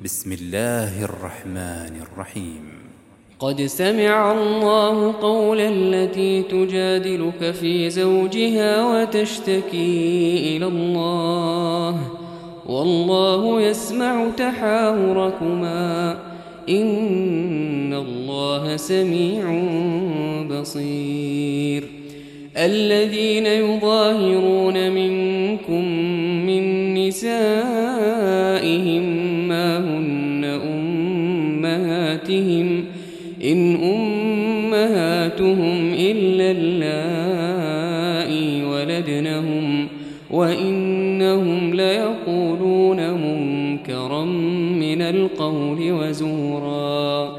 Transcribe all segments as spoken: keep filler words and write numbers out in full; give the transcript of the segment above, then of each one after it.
بسم الله الرحمن الرحيم. قد سمع الله قول التي تجادلك في زوجها وتشتكي إلى الله والله يسمع تحاوركما إن الله سميع بصير. الذين يظاهرون منكم من نسائهم ما هن أمهاتهم إن أمهاتهم إلا اللائي ولدنهم وإنهم ليقولون منكرا من القول وزورا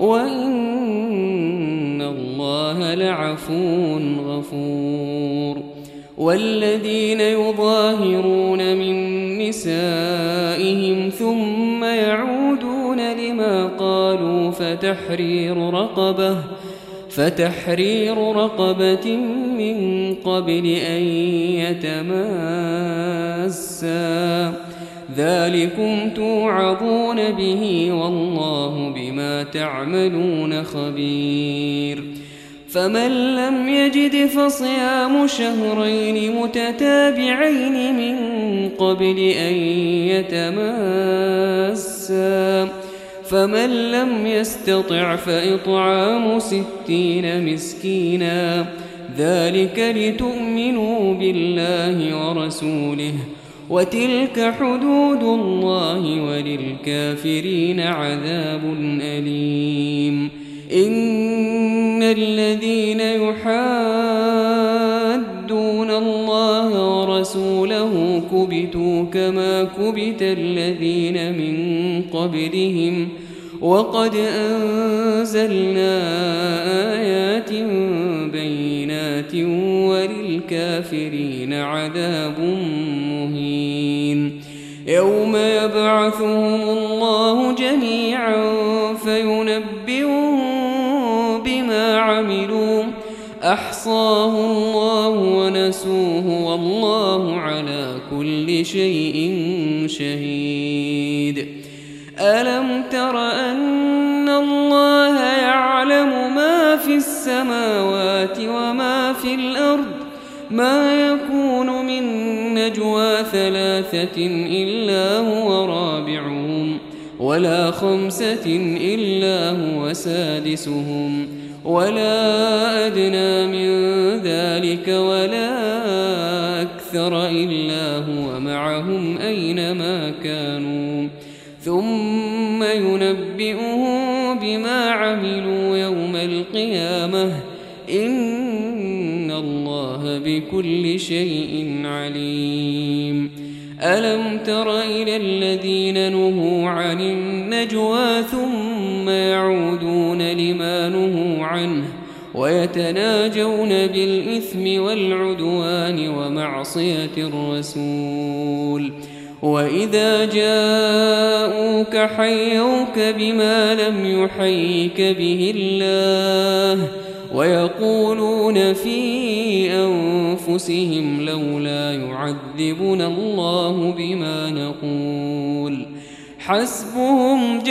وإن الله لعفو غفور. والذين يظاهرون من نسائهم ثم يعودون لما قالوا فتحرير رقبة فتحرير رقبة من قبل أن يتماسا ذلكم توعظون به والله بما تعملون خبير. فمن لم يجد فصيام شهرين متتابعين من قبل أن يتماسا فمن لم يستطع فإطعام ستين مسكينا ذلك لتؤمنوا بالله ورسوله وتلك حدود الله وللكافرين عذاب أليم. إن الذين يحادون الله ورسوله كبتوا كما كبت الذين من قبلهم وقد أنزلنا آيات بينات وللكافرين عذاب مهين. يوم يبعثهم الله جميعا فينبئهم بما عملوا أحصاه الله ونسوه والله على كل شيء شهيد. ألم تر أن الله يعلم ما في السماوات وما في الأرض ما يكون من نجوى ثلاثة إلا هو رابعهم ولا خمسة إلا هو سادسهم ولا أدنى من ذلك ولا أكثر إلا هو معهم أينما كانوا ثم ينبئهم بما عملوا يوم القيامة إن الله بكل شيء عليم. ألم تر إلى الذين نهوا عن النجوى ثم يعودون لما نهوا عنه ويتناجون بالإثم والعدوان ومعصية الرسول وإذا جاءوك حيوك بما لم يحيك به الله ويقولون في أنفسهم لولا يعذبنا الله بما نقول حسبهم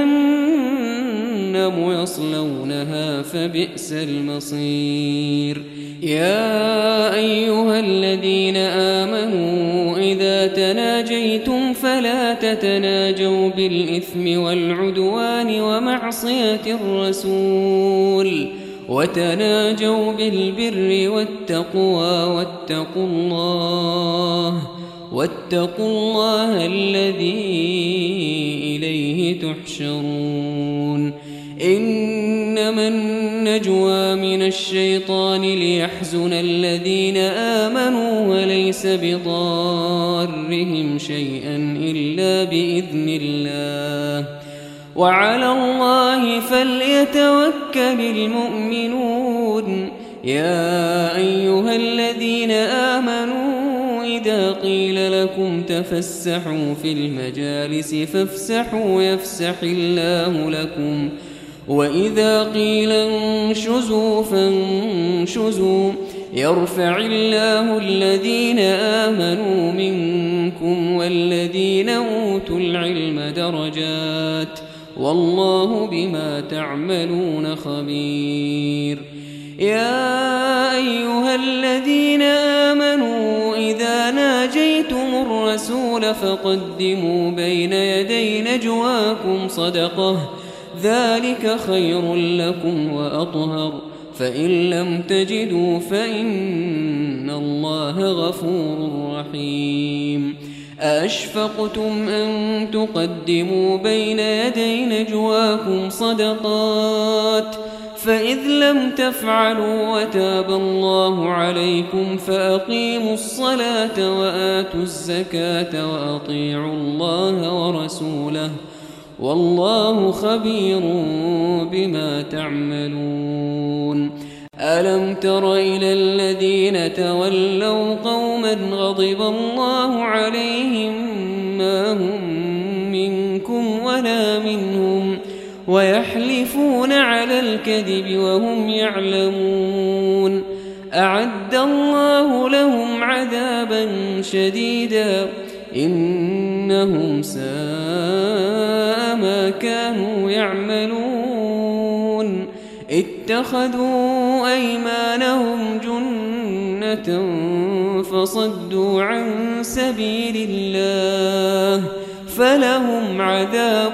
جهنم يصلونها فبئس المصير. يا أيها الذين آمنوا إذا تناجيتم فلا تتناجوا بالإثم والعدوان ومعصية الرسول وتناجوا بالبر والتقوى واتقوا الله واتقوا الله الذي إليه تحشرون. إنما النجوى من الشيطان ليحزن الذين آمنوا وليس بضارهم شيئا إلا بإذن الله وعلى الله فليتوكل المؤمنون. يا أيها الذين آمنوا إذا قيل لكم تفسحوا في المجالس فافسحوا يفسح الله لكم وإذا قيل انشزوا فانشزوا يرفع الله الذين آمنوا منكم والذين أوتوا العلم درجات والله بما تعملون خبير. يا أيها الذين آمنوا إذا ناجيتم الرسول فقدموا بين يدي نجواكم صدقة ذلك خير لكم وأطهر فإن لم تجدوا فإن الله غفور رحيم. أأشفقتم أن تقدموا بين يدي نجواكم صدقات فإذ لم تفعلوا وتاب الله عليكم فأقيموا الصلاة وآتوا الزكاة وأطيعوا الله ورسوله والله خبير بما تعملون. ألم تر إلى الذين تولوا قوما غضب الله عليهم ما هم منكم ولا منهم ويحلفون على الكذب وهم يعلمون أعد الله لهم عذابا شديدا إنهم ساء ما كانوا يعملون. اتخذوا أيمانهم جنة فصدوا عن سبيل الله فلهم عذاب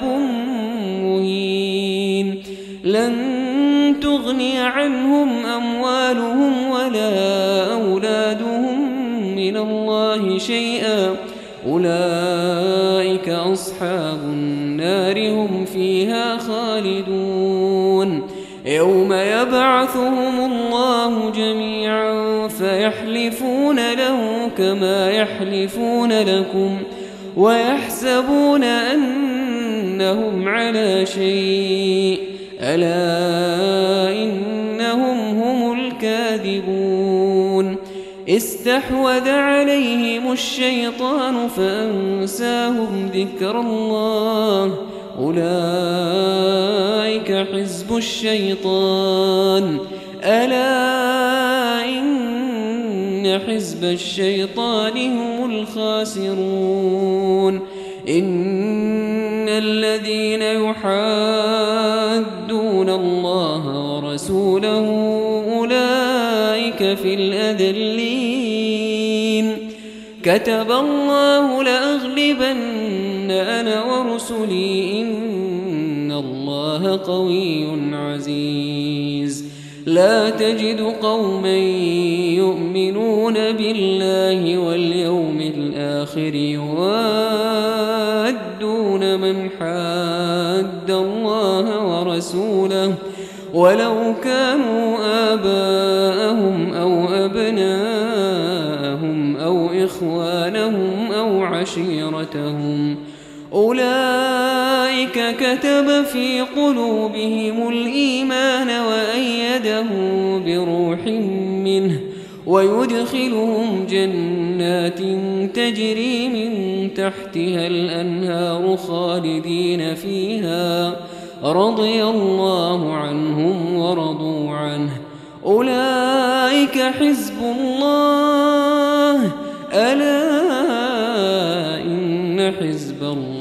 مهين. لن تغني عنهم أموالهم ولا أولادهم من الله شيئا أولئك أصحاب النار هم فيها خالدون. يوم يبعثهم الله جميعا فيحلفون له كما يحلفون لكم ويحسبون أنهم على شيء ألا إنهم هم الكاذبون. استحوذ عليهم الشيطان فأنساهم ذكر الله أولئك حزب الشيطان ألا إن حزب الشيطان هم الخاسرون. إن الذين يحادون الله ورسوله أولئك في الأذلين. كتب الله لأغلبن أنا ورسلي إن الله قوي عزيز. لا تجد قوما يؤمنون بالله واليوم الآخر يوادون من حاد الله ورسوله ولو كانوا آباءهم أو أبناءهم أو إخوانهم أو عشيرتهم أولئك كتب في قلوبهم الإيمان وأيدهم بروح منه ويدخلهم جنات تجري من تحتها الأنهار خالدين فيها رضي الله عنهم ورضوا عنه أولئك حزب الله ألا إن حزب الله